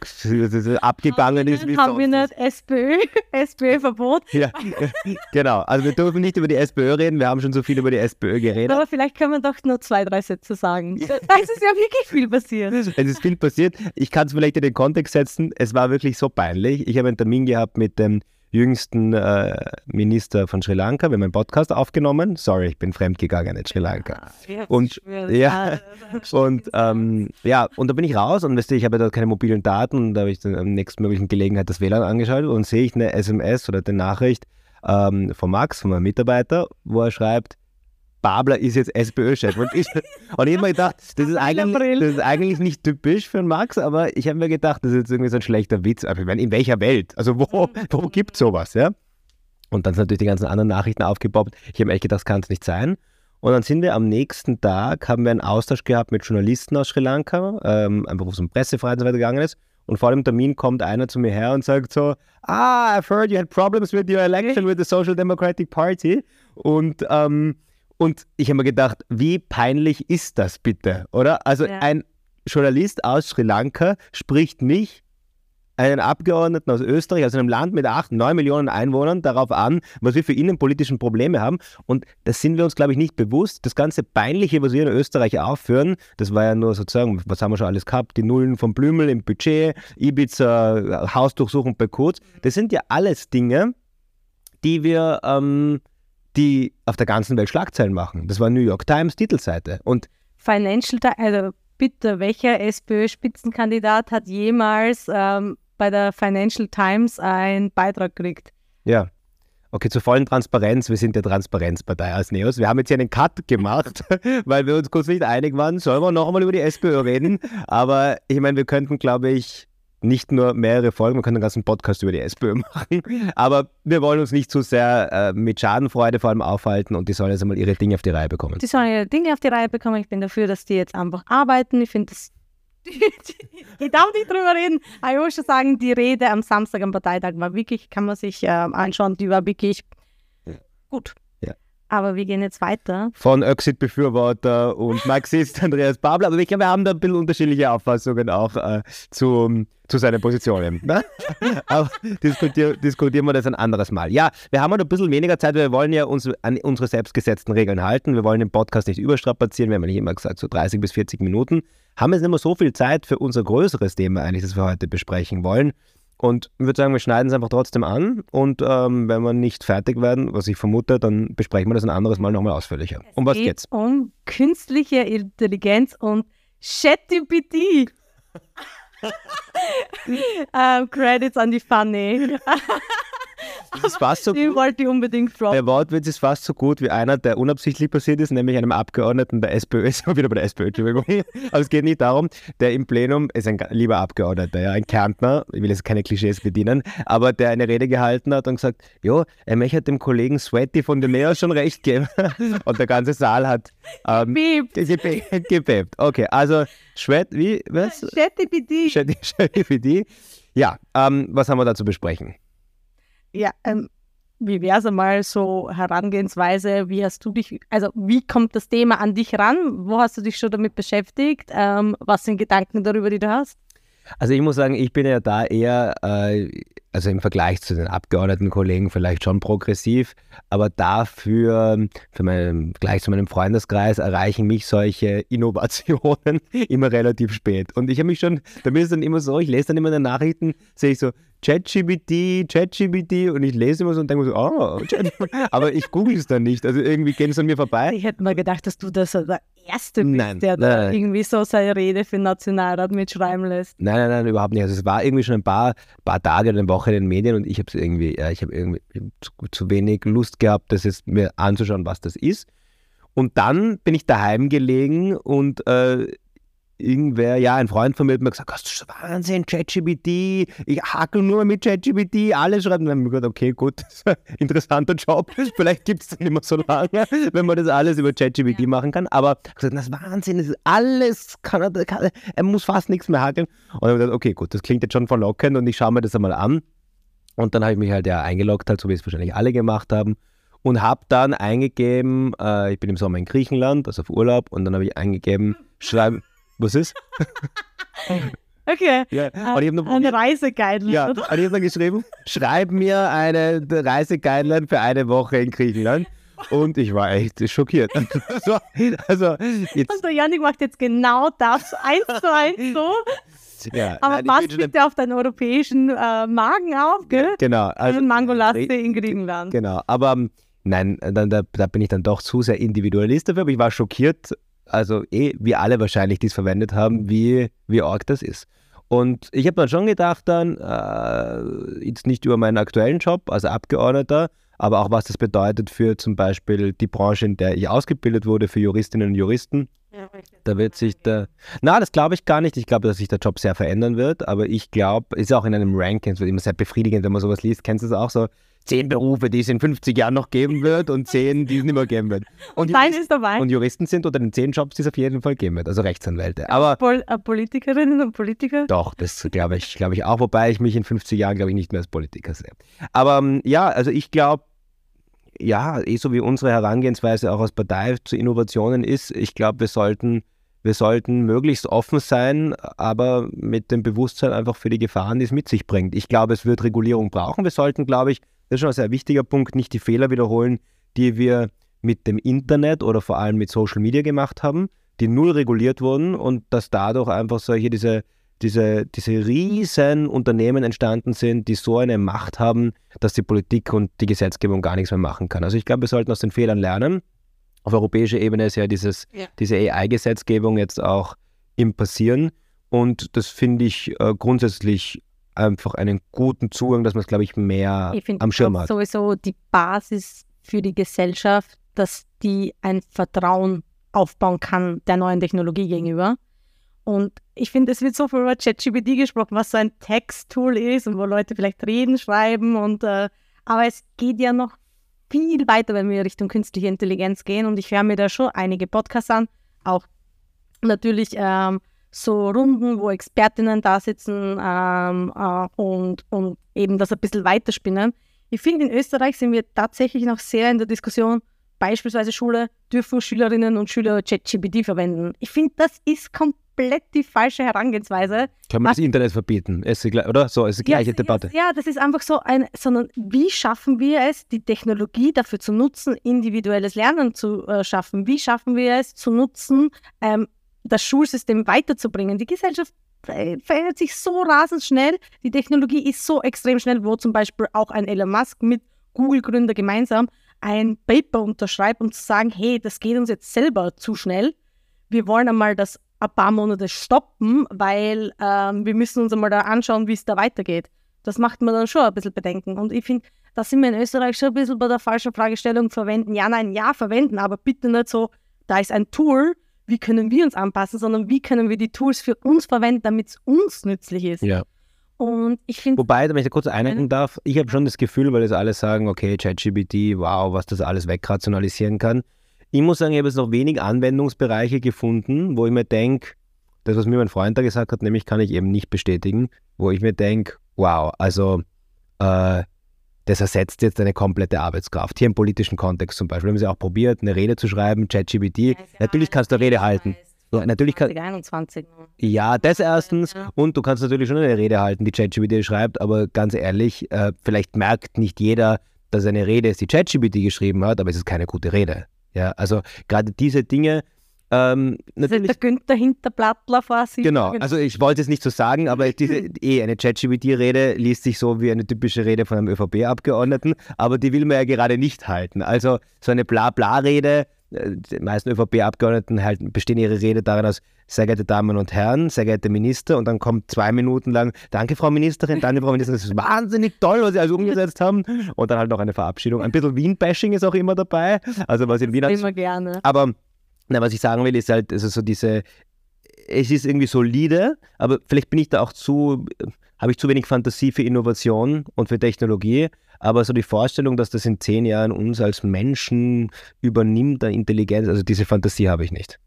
[SPEAKER 2] abgegangen ist.
[SPEAKER 1] Haben wir nicht SPÖ-Verbot?
[SPEAKER 2] Ja, genau. Also wir dürfen nicht über die SPÖ reden, wir haben schon so viel über die SPÖ geredet.
[SPEAKER 1] Aber vielleicht können wir doch nur 2, 3 Sätze sagen. Es ist ja wirklich viel passiert.
[SPEAKER 2] Es ist viel passiert. Ich kann es vielleicht in den Kontext setzen, es war wirklich so peinlich. Ich habe einen Termin gehabt mit dem jüngsten Minister von Sri Lanka. Wir haben einen Podcast aufgenommen. Sorry, ich bin fremdgegangen in Sri Lanka. Und da bin ich raus und ich habe dort keine mobilen Daten und da habe ich dann am nächsten möglichen Gelegenheit das WLAN angeschaltet und sehe ich eine SMS oder eine Nachricht von Max, von meinem Mitarbeiter, wo er schreibt, Babler ist jetzt SPÖ-Chef. Und ich habe mir gedacht, das ist eigentlich nicht typisch für einen Max, aber ich habe mir gedacht, das ist jetzt irgendwie so ein schlechter Witz. Aber ich meine, in welcher Welt? Also wo gibt es sowas? Ja? Und dann sind natürlich die ganzen anderen Nachrichten aufgepoppt. Ich habe mir echt gedacht, das kann es nicht sein. Und dann sind wir am nächsten Tag, haben wir einen Austausch gehabt mit Journalisten aus Sri Lanka, einfach wo es um Pressefreiheit und so weiter gegangen ist. Und vor dem Termin kommt einer zu mir her und sagt so, I've heard you had problems with your election with the Social Democratic Party. Und ich habe mir gedacht, wie peinlich ist das bitte, oder? Also ein Journalist aus Sri Lanka spricht mich, einen Abgeordneten aus Österreich, aus einem Land mit 8, 9 Millionen Einwohnern, darauf an, was wir für innenpolitischen Probleme haben. Und das sind wir uns, glaube ich, nicht bewusst. Das ganze Peinliche, was wir in Österreich aufführen, das war ja nur sozusagen, was haben wir schon alles gehabt? Die Nullen von Blümel im Budget, Ibiza, Hausdurchsuchung bei Kurz. Das sind ja alles Dinge, die wir die auf der ganzen Welt Schlagzeilen machen. Das war New York Times Titelseite. Und
[SPEAKER 1] Financial Times, also bitte, welcher SPÖ-Spitzenkandidat hat jemals bei der Financial Times einen Beitrag gekriegt?
[SPEAKER 2] ja, okay, zur vollen Transparenz, wir sind der Transparenzpartei als Neos. Wir haben jetzt hier einen Cut gemacht, weil wir uns kurz nicht einig waren, sollen wir noch einmal über die SPÖ reden. Aber ich meine, wir könnten, glaube ich, nicht nur mehrere Folgen, wir können einen ganzen Podcast über die SPÖ machen. Aber wir wollen uns nicht zu sehr mit Schadenfreude vor allem aufhalten und die sollen jetzt einmal ihre Dinge auf die Reihe bekommen.
[SPEAKER 1] Die sollen ihre Dinge auf die Reihe bekommen. Ich bin dafür, dass die jetzt einfach arbeiten. Ich finde das. Ich darf nicht drüber reden. Aber ich muss schon sagen, die Rede am Samstag am Parteitag war wirklich, kann man sich anschauen, die war wirklich gut.
[SPEAKER 2] Ja.
[SPEAKER 1] Aber wir gehen jetzt weiter.
[SPEAKER 2] Von Öxit-Befürworter und Marxist Andreas Babler. Aber ich glaube, wir haben da ein bisschen unterschiedliche Auffassungen auch zu seinen Positionen. Ne? Aber diskutieren wir das ein anderes Mal. Ja, wir haben halt ein bisschen weniger Zeit, weil wir wollen ja uns an unsere selbstgesetzten Regeln halten. Wir wollen den Podcast nicht überstrapazieren. Wir haben ja nicht immer gesagt, so 30 bis 40 Minuten. Haben jetzt nicht mehr so viel Zeit für unser größeres Thema eigentlich, das wir heute besprechen wollen. Und ich würde sagen, wir schneiden es einfach trotzdem an und wenn wir nicht fertig werden, was ich vermute, dann besprechen wir das ein anderes Mal nochmal ausführlicher. Um was geht's?
[SPEAKER 1] Um künstliche Intelligenz und ChatGPT. Credits an die Fanny.
[SPEAKER 2] Das ist fast so
[SPEAKER 1] Die
[SPEAKER 2] gut.
[SPEAKER 1] wollte ich unbedingt droppen.
[SPEAKER 2] Der Wortwitz ist fast so gut wie einer, der unabsichtlich passiert ist, nämlich einem Abgeordneten der SPÖ, ist wieder bei der SPÖ, Entschuldigung. Aber es geht nicht darum, der im Plenum ist ein lieber Abgeordneter, ja, ein Kärntner, ich will jetzt keine Klischees bedienen, aber der eine Rede gehalten hat und gesagt, jo, er möchte dem Kollegen Sweaty von den Neos schon recht geben. Und der ganze Saal hat gebebt. Okay, also was? ChatGPT. Ja, was haben wir da zu besprechen?
[SPEAKER 1] Ja, wie wäre es einmal so Herangehensweise, wie hast du dich, also wie kommt das Thema an dich ran? Wo hast du dich schon damit beschäftigt? Was sind Gedanken darüber, die du hast?
[SPEAKER 2] Also ich muss sagen, ich bin ja da eher, also im Vergleich zu den Abgeordnetenkollegen vielleicht schon progressiv, aber dafür, gleich zu meinem Freundeskreis, erreichen mich solche Innovationen immer relativ spät. Und ich habe mich schon, bei mir ist es dann immer so, ich lese dann immer in den Nachrichten, sehe ich so, ChatGPT und ich lese immer so und denke mir so, aber ich google es dann nicht, also irgendwie gehen es an mir vorbei.
[SPEAKER 1] Ich hätte mal gedacht, dass du der Erste bist, der da irgendwie so seine Rede für den Nationalrat mitschreiben lässt.
[SPEAKER 2] Nein, überhaupt nicht. Also es war irgendwie schon ein paar Tage oder eine Woche in den Medien und ich habe irgendwie zu wenig Lust gehabt, das jetzt mir anzuschauen, was das ist. Und dann bin ich daheim gelegen und ein Freund von mir hat mir gesagt, das ist Wahnsinn, ChatGPT, ich hakel nur mit ChatGPT, alle schreiben. Und dann habe ich gedacht, okay, gut, interessanter Job, vielleicht gibt es das nicht mehr so lange, wenn man das alles über ChatGPT machen kann. Aber ich habe gesagt, das ist Wahnsinn, das ist alles, er muss fast nichts mehr hakeln. Und dann habe ich gedacht, okay, gut, das klingt jetzt schon verlockend und ich schaue mir das einmal an. Und dann habe ich mich halt eingeloggt, so wie es wahrscheinlich alle gemacht haben. Und habe dann eingegeben, ich bin im Sommer in Griechenland, also auf Urlaub, und dann habe ich eingegeben, schreiben. Was ist?
[SPEAKER 1] Okay,
[SPEAKER 2] ja.
[SPEAKER 1] eine Reiseguideline.
[SPEAKER 2] Ja, und ich habe dann geschrieben, schreib mir eine Reiseguideline für eine Woche in Griechenland. Und ich war echt schockiert. Also jetzt,
[SPEAKER 1] und der Janik macht jetzt genau das, 1:1 so.
[SPEAKER 2] Ja,
[SPEAKER 1] aber pass bitte auf deinen europäischen Magen auf, gell?
[SPEAKER 2] Genau. Also,
[SPEAKER 1] Mangolaste in Griechenland.
[SPEAKER 2] Genau, aber nein, da bin ich dann doch zu sehr Individualist dafür, aber ich war schockiert, also wir alle wahrscheinlich, die es verwendet haben, wie arg das ist. Und ich habe dann schon gedacht jetzt nicht über meinen aktuellen Job als Abgeordneter, aber auch was das bedeutet für zum Beispiel die Branche, in der ich ausgebildet wurde, für Juristinnen und Juristen. Ja, da wird sich das glaube ich gar nicht. Ich glaube, dass sich der Job sehr verändern wird, aber ich glaube, ist auch in einem Ranking, es wird immer sehr befriedigend, wenn man sowas liest. Kennst du das auch so? 10 Berufe, die es in 50 Jahren noch geben wird und 10, die es nicht mehr geben wird. Und
[SPEAKER 1] Dein ist dabei.
[SPEAKER 2] Und Juristen sind unter den 10 Jobs, die es auf jeden Fall geben wird, also Rechtsanwälte. Aber
[SPEAKER 1] Politikerinnen und Politiker?
[SPEAKER 2] Doch, das glaube ich auch, wobei ich mich in 50 Jahren, glaube ich, nicht mehr als Politiker sehe. Aber also ich glaube, so wie unsere Herangehensweise auch als Partei zu Innovationen ist, ich glaube, wir sollten möglichst offen sein, aber mit dem Bewusstsein einfach für die Gefahren, die es mit sich bringt. Ich glaube, es wird Regulierung brauchen. Wir sollten, glaube ich, das ist schon ein sehr wichtiger Punkt, nicht die Fehler wiederholen, die wir mit dem Internet oder vor allem mit Social Media gemacht haben, die null reguliert wurden und dass dadurch einfach diese diese riesen Unternehmen entstanden sind, die so eine Macht haben, dass die Politik und die Gesetzgebung gar nichts mehr machen kann. Also ich glaube, wir sollten aus den Fehlern lernen. Auf europäischer Ebene ist ja diese AI-Gesetzgebung jetzt auch im Passieren. Und das finde ich grundsätzlich einfach einen guten Zugang, dass man es, glaube ich, mehr am Schirm hat.
[SPEAKER 1] Sowieso die Basis für die Gesellschaft, dass die ein Vertrauen aufbauen kann der neuen Technologie gegenüber. Und ich finde, es wird so viel über ChatGPT gesprochen, was so ein Texttool ist und wo Leute vielleicht Reden schreiben. Aber es geht ja noch viel weiter, wenn wir Richtung künstliche Intelligenz gehen. Und ich höre mir da schon einige Podcasts an, auch natürlich so Runden, wo Expertinnen da sitzen und eben das ein bisschen weiterspinnen. Ich finde, in Österreich sind wir tatsächlich noch sehr in der Diskussion, beispielsweise Schule, dürfen Schülerinnen und Schüler ChatGPT verwenden. Ich finde, das ist komplett die falsche Herangehensweise.
[SPEAKER 2] Kann man das Internet verbieten? Oder? So, ist die gleiche Debatte.
[SPEAKER 1] Ja, das ist einfach so sondern wie schaffen wir es, die Technologie dafür zu nutzen, individuelles Lernen zu schaffen? Wie schaffen wir es zu nutzen, das Schulsystem weiterzubringen? Die Gesellschaft verändert sich so rasend schnell. Die Technologie ist so extrem schnell, wo zum Beispiel auch ein Elon Musk mit Google-Gründer gemeinsam ein Paper unterschreibt, um zu sagen, hey, das geht uns jetzt selber zu schnell. Wir wollen einmal das ein paar Monate stoppen, weil wir müssen uns einmal da anschauen, wie es da weitergeht. Das macht mir dann schon ein bisschen Bedenken. Und ich finde, da sind wir in Österreich schon ein bisschen bei der falschen Fragestellung verwenden. Ja, nein, ja, verwenden, aber bitte nicht so, da ist ein Tool, wie können wir uns anpassen, sondern wie können wir die Tools für uns verwenden, damit es uns nützlich ist.
[SPEAKER 2] Ja.
[SPEAKER 1] Und ich finde...
[SPEAKER 2] Wobei, wenn ich da kurz einhaken darf, ich habe schon das Gefühl, weil das alle sagen, okay, ChatGPT, wow, was das alles wegrationalisieren kann. Ich muss sagen, ich habe jetzt noch wenig Anwendungsbereiche gefunden, wo ich mir denke, das, was mir mein Freund da gesagt hat, nämlich kann ich eben nicht bestätigen, wo ich mir denke, wow, also das ersetzt jetzt eine komplette Arbeitskraft. Hier im politischen Kontext zum Beispiel. Wir haben sie auch probiert, eine Rede zu schreiben, ChatGPT. Natürlich kannst du eine Rede halten. Ja, natürlich
[SPEAKER 1] 2021.
[SPEAKER 2] Ja, das erstens. Und du kannst natürlich schon eine Rede halten, die ChatGPT schreibt, aber ganz ehrlich, vielleicht merkt nicht jeder, dass eine Rede ist, die ChatGPT geschrieben hat, aber es ist keine gute Rede. Ja, also gerade diese Dinge, natürlich.
[SPEAKER 1] Das ist der Günther Hinterblattler vor sich.
[SPEAKER 2] Genau, also ich wollte es nicht so sagen, aber eine ChatGPT-Rede liest sich so wie eine typische Rede von einem ÖVP-Abgeordneten, aber die will man ja gerade nicht halten. Also so eine Bla-Bla-Rede, die meisten ÖVP-Abgeordneten bestehen ihre Rede darin aus, sehr geehrte Damen und Herren, sehr geehrte Minister, und dann kommt 2 Minuten lang, danke Frau Ministerin, danke Frau Ministerin, das ist wahnsinnig toll, was Sie alles umgesetzt haben, und dann halt noch eine Verabschiedung. Ein bisschen Wien-Bashing ist auch immer dabei, also was in Wien hat.
[SPEAKER 1] Immer gerne.
[SPEAKER 2] Aber was ich sagen will, ist halt, also so es ist irgendwie solide, aber vielleicht bin ich da auch habe ich zu wenig Fantasie für Innovation und für Technologie, aber so die Vorstellung, dass das in 10 Jahren uns als Menschen übernimmt, der Intelligenz, also diese Fantasie habe ich nicht.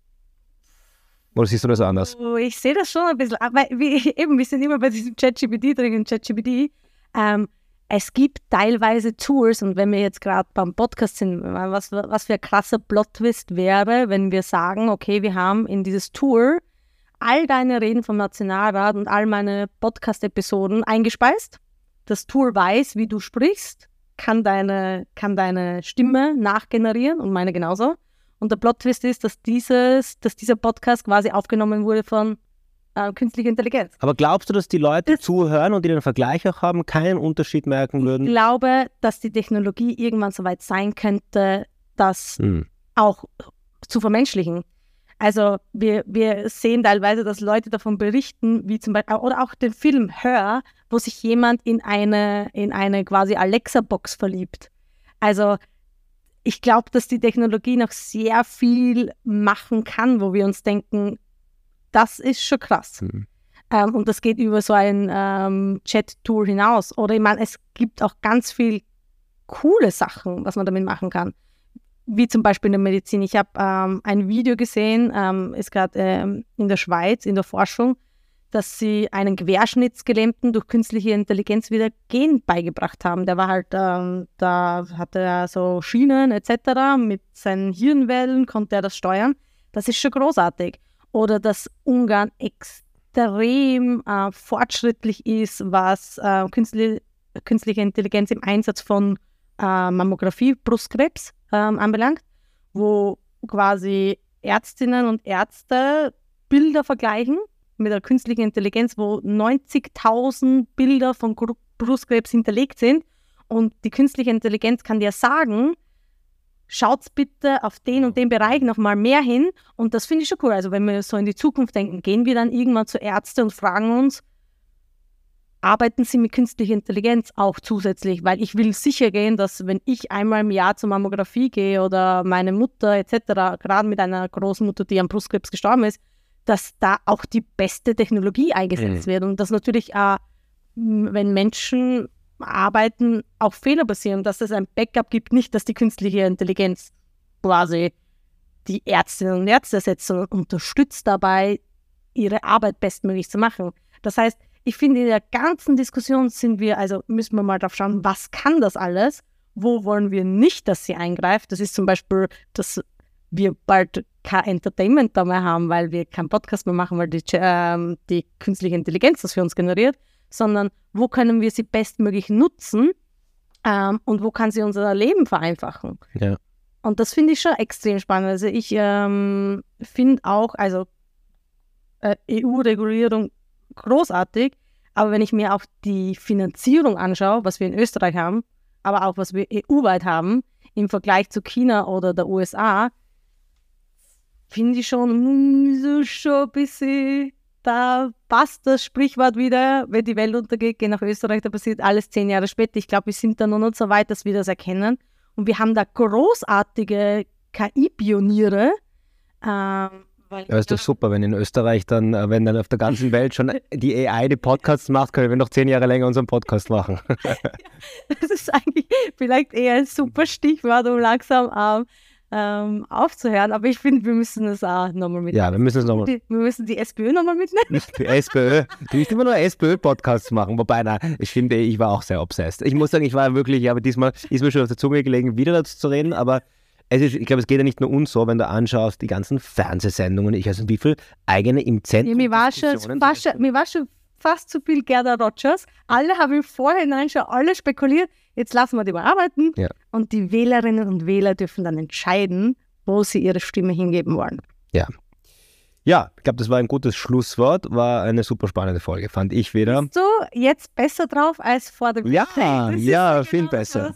[SPEAKER 2] Oder siehst du das anders?
[SPEAKER 1] Ich sehe das schon ein bisschen, aber wir sind immer bei diesem ChatGPT drin, ChatGPT. Es gibt teilweise Tools, und wenn wir jetzt gerade beim Podcast sind, was für ein krasser Plot-Twist wäre, wenn wir sagen, okay, wir haben in dieses Tool all deine Reden vom Nationalrat und all meine Podcast-Episoden eingespeist. Das Tool weiß, wie du sprichst, kann deine Stimme nachgenerieren und meine genauso. Und der Plot-Twist ist, dass dieser Podcast quasi aufgenommen wurde von künstliche Intelligenz.
[SPEAKER 2] Aber glaubst du, dass die Leute zuhören und die den Vergleich auch haben, keinen Unterschied merken würden?
[SPEAKER 1] Ich glaube, dass die Technologie irgendwann so weit sein könnte, das auch zu vermenschlichen. Also wir sehen teilweise, dass Leute davon berichten, wie zum Beispiel, oder auch den Film Her, wo sich jemand in eine quasi Alexa-Box verliebt. Also ich glaube, dass die Technologie noch sehr viel machen kann, wo wir uns denken, das ist schon krass. Und das geht über so ein Chat-Tool hinaus. Oder ich meine, es gibt auch ganz viel coole Sachen, was man damit machen kann. Wie zum Beispiel in der Medizin. Ich habe ein Video gesehen, ist gerade in der Schweiz, in der Forschung, dass sie einen Querschnittsgelähmten durch künstliche Intelligenz wieder Gen beigebracht haben. Der war halt, da hatte er so Schienen etc. Mit seinen Hirnwellen konnte er das steuern. Das ist schon großartig. Oder dass Ungarn extrem fortschrittlich ist, was künstliche Intelligenz im Einsatz von Mammographie, Brustkrebs anbelangt, wo quasi Ärztinnen und Ärzte Bilder vergleichen mit der künstlichen Intelligenz, wo 90.000 Bilder von Brustkrebs hinterlegt sind und die künstliche Intelligenz kann dir sagen, schaut bitte auf den und den Bereich nochmal mehr hin und das finde ich schon cool. Also wenn wir so in die Zukunft denken, gehen wir dann irgendwann zu Ärzten und fragen uns, arbeiten Sie mit künstlicher Intelligenz auch zusätzlich? Weil ich will sicher gehen, dass wenn ich einmal im Jahr zur Mammographie gehe oder meine Mutter etc., gerade mit einer Großmutter, die an Brustkrebs gestorben ist, dass da auch die beste Technologie eingesetzt wird und dass natürlich, wenn Menschen arbeiten, auch Fehler passieren, dass es ein Backup gibt, nicht, dass die künstliche Intelligenz quasi die Ärztinnen und Ärzte ersetzt, sondern unterstützt dabei, ihre Arbeit bestmöglich zu machen. Das heißt, ich finde, in der ganzen Diskussion müssen wir mal drauf schauen, was kann das alles? Wo wollen wir nicht, dass sie eingreift? Das ist zum Beispiel, dass wir bald kein Entertainment da mehr haben, weil wir keinen Podcast mehr machen, weil die künstliche Intelligenz das für uns generiert, sondern wo können wir sie bestmöglich nutzen und wo kann sie unser Leben vereinfachen.
[SPEAKER 2] Ja.
[SPEAKER 1] Und das finde ich schon extrem spannend. Also ich finde auch, EU-Regulierung großartig, aber wenn ich mir auch die Finanzierung anschaue, was wir in Österreich haben, aber auch was wir EU-weit haben, im Vergleich zu China oder der USA, finde ich schon ein bisschen, da passt das Sprichwort wieder, wenn die Welt untergeht, geh nach Österreich, da passiert alles 10 Jahre später. Ich glaube, wir sind da noch nicht so weit, dass wir das erkennen. Und wir haben da großartige KI-Pioniere.
[SPEAKER 2] Ja, ist doch super, wenn in Österreich dann, wenn dann auf der ganzen Welt schon die AI die Podcasts macht, können wir noch 10 Jahre länger unseren Podcast machen.
[SPEAKER 1] Das ist eigentlich vielleicht eher ein super Stichwort, um langsam aufzuhören, aber ich finde, wir müssen es auch nochmal mitnehmen.
[SPEAKER 2] Ja, wir müssen es nochmal.
[SPEAKER 1] Wir müssen die SPÖ nochmal mitnehmen.
[SPEAKER 2] Die SPÖ. Du willst immer nur SPÖ-Podcasts machen, wobei, ich finde, ich war auch sehr obsessed. Ich muss sagen, ich war wirklich, aber diesmal ist mir schon auf der Zunge gelegen, wieder dazu zu reden, aber ich glaube, es geht ja nicht nur uns so, wenn du anschaust, die ganzen Fernsehsendungen, ich weiß nicht, wie viel eigene im Zentrum.
[SPEAKER 1] Ja, mir war schon fast zu viel Gerda Rogers. Alle haben im Vorhinein schon alle spekuliert. Jetzt lassen wir die mal arbeiten.
[SPEAKER 2] Ja.
[SPEAKER 1] Und die Wählerinnen und Wähler dürfen dann entscheiden, wo sie ihre Stimme hingeben wollen.
[SPEAKER 2] Ja. Ja, ich glaube, das war ein gutes Schlusswort. War eine super spannende Folge, fand ich wieder.
[SPEAKER 1] Bist du jetzt besser drauf als vor dem
[SPEAKER 2] Ja, ja, viel besser.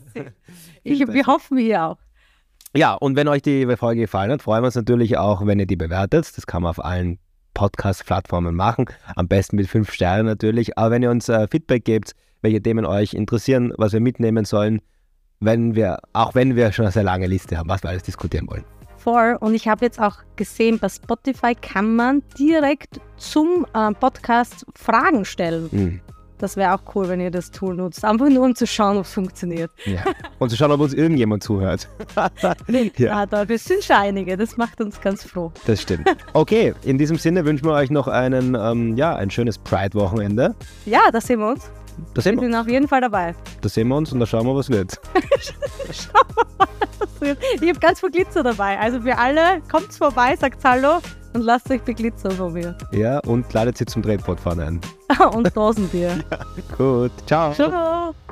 [SPEAKER 1] Wir hoffen hier auch.
[SPEAKER 2] Ja, und wenn euch die Folge gefallen hat, freuen wir uns natürlich auch, wenn ihr die bewertet. Das kann man auf allen Podcast-Plattformen machen. Am besten mit 5 Sternen natürlich. Aber wenn ihr uns Feedback gebt, welche Themen euch interessieren, was wir mitnehmen sollen, wenn wir schon eine sehr lange Liste haben, was wir alles diskutieren wollen.
[SPEAKER 1] Voll. Und ich habe jetzt auch gesehen, bei Spotify kann man direkt zum Podcast Fragen stellen.
[SPEAKER 2] Mhm.
[SPEAKER 1] Das wäre auch cool, wenn ihr das Tool nutzt. Einfach nur, um zu schauen, ob es funktioniert.
[SPEAKER 2] Ja. Und zu schauen, ob uns irgendjemand zuhört.
[SPEAKER 1] Ja, das sind schon einige. Das macht uns ganz froh.
[SPEAKER 2] Das stimmt. Okay, in diesem Sinne wünschen wir euch noch ein schönes Pride-Wochenende.
[SPEAKER 1] Ja, da sehen wir uns.
[SPEAKER 2] Da sehen
[SPEAKER 1] wir sind auf jeden Fall dabei.
[SPEAKER 2] Da sehen wir uns und da schauen wir, was wird.
[SPEAKER 1] Schauen wir mal, was wird. Ich habe ganz viel Glitzer dabei. Also für alle, kommt vorbei, sagt Hallo und lasst euch beglitzern von mir.
[SPEAKER 2] Ja, und ladet sie zum Tretbootfahren ein.
[SPEAKER 1] Und Dosenbier.
[SPEAKER 2] Ja, gut. Ciao.
[SPEAKER 1] Ciao.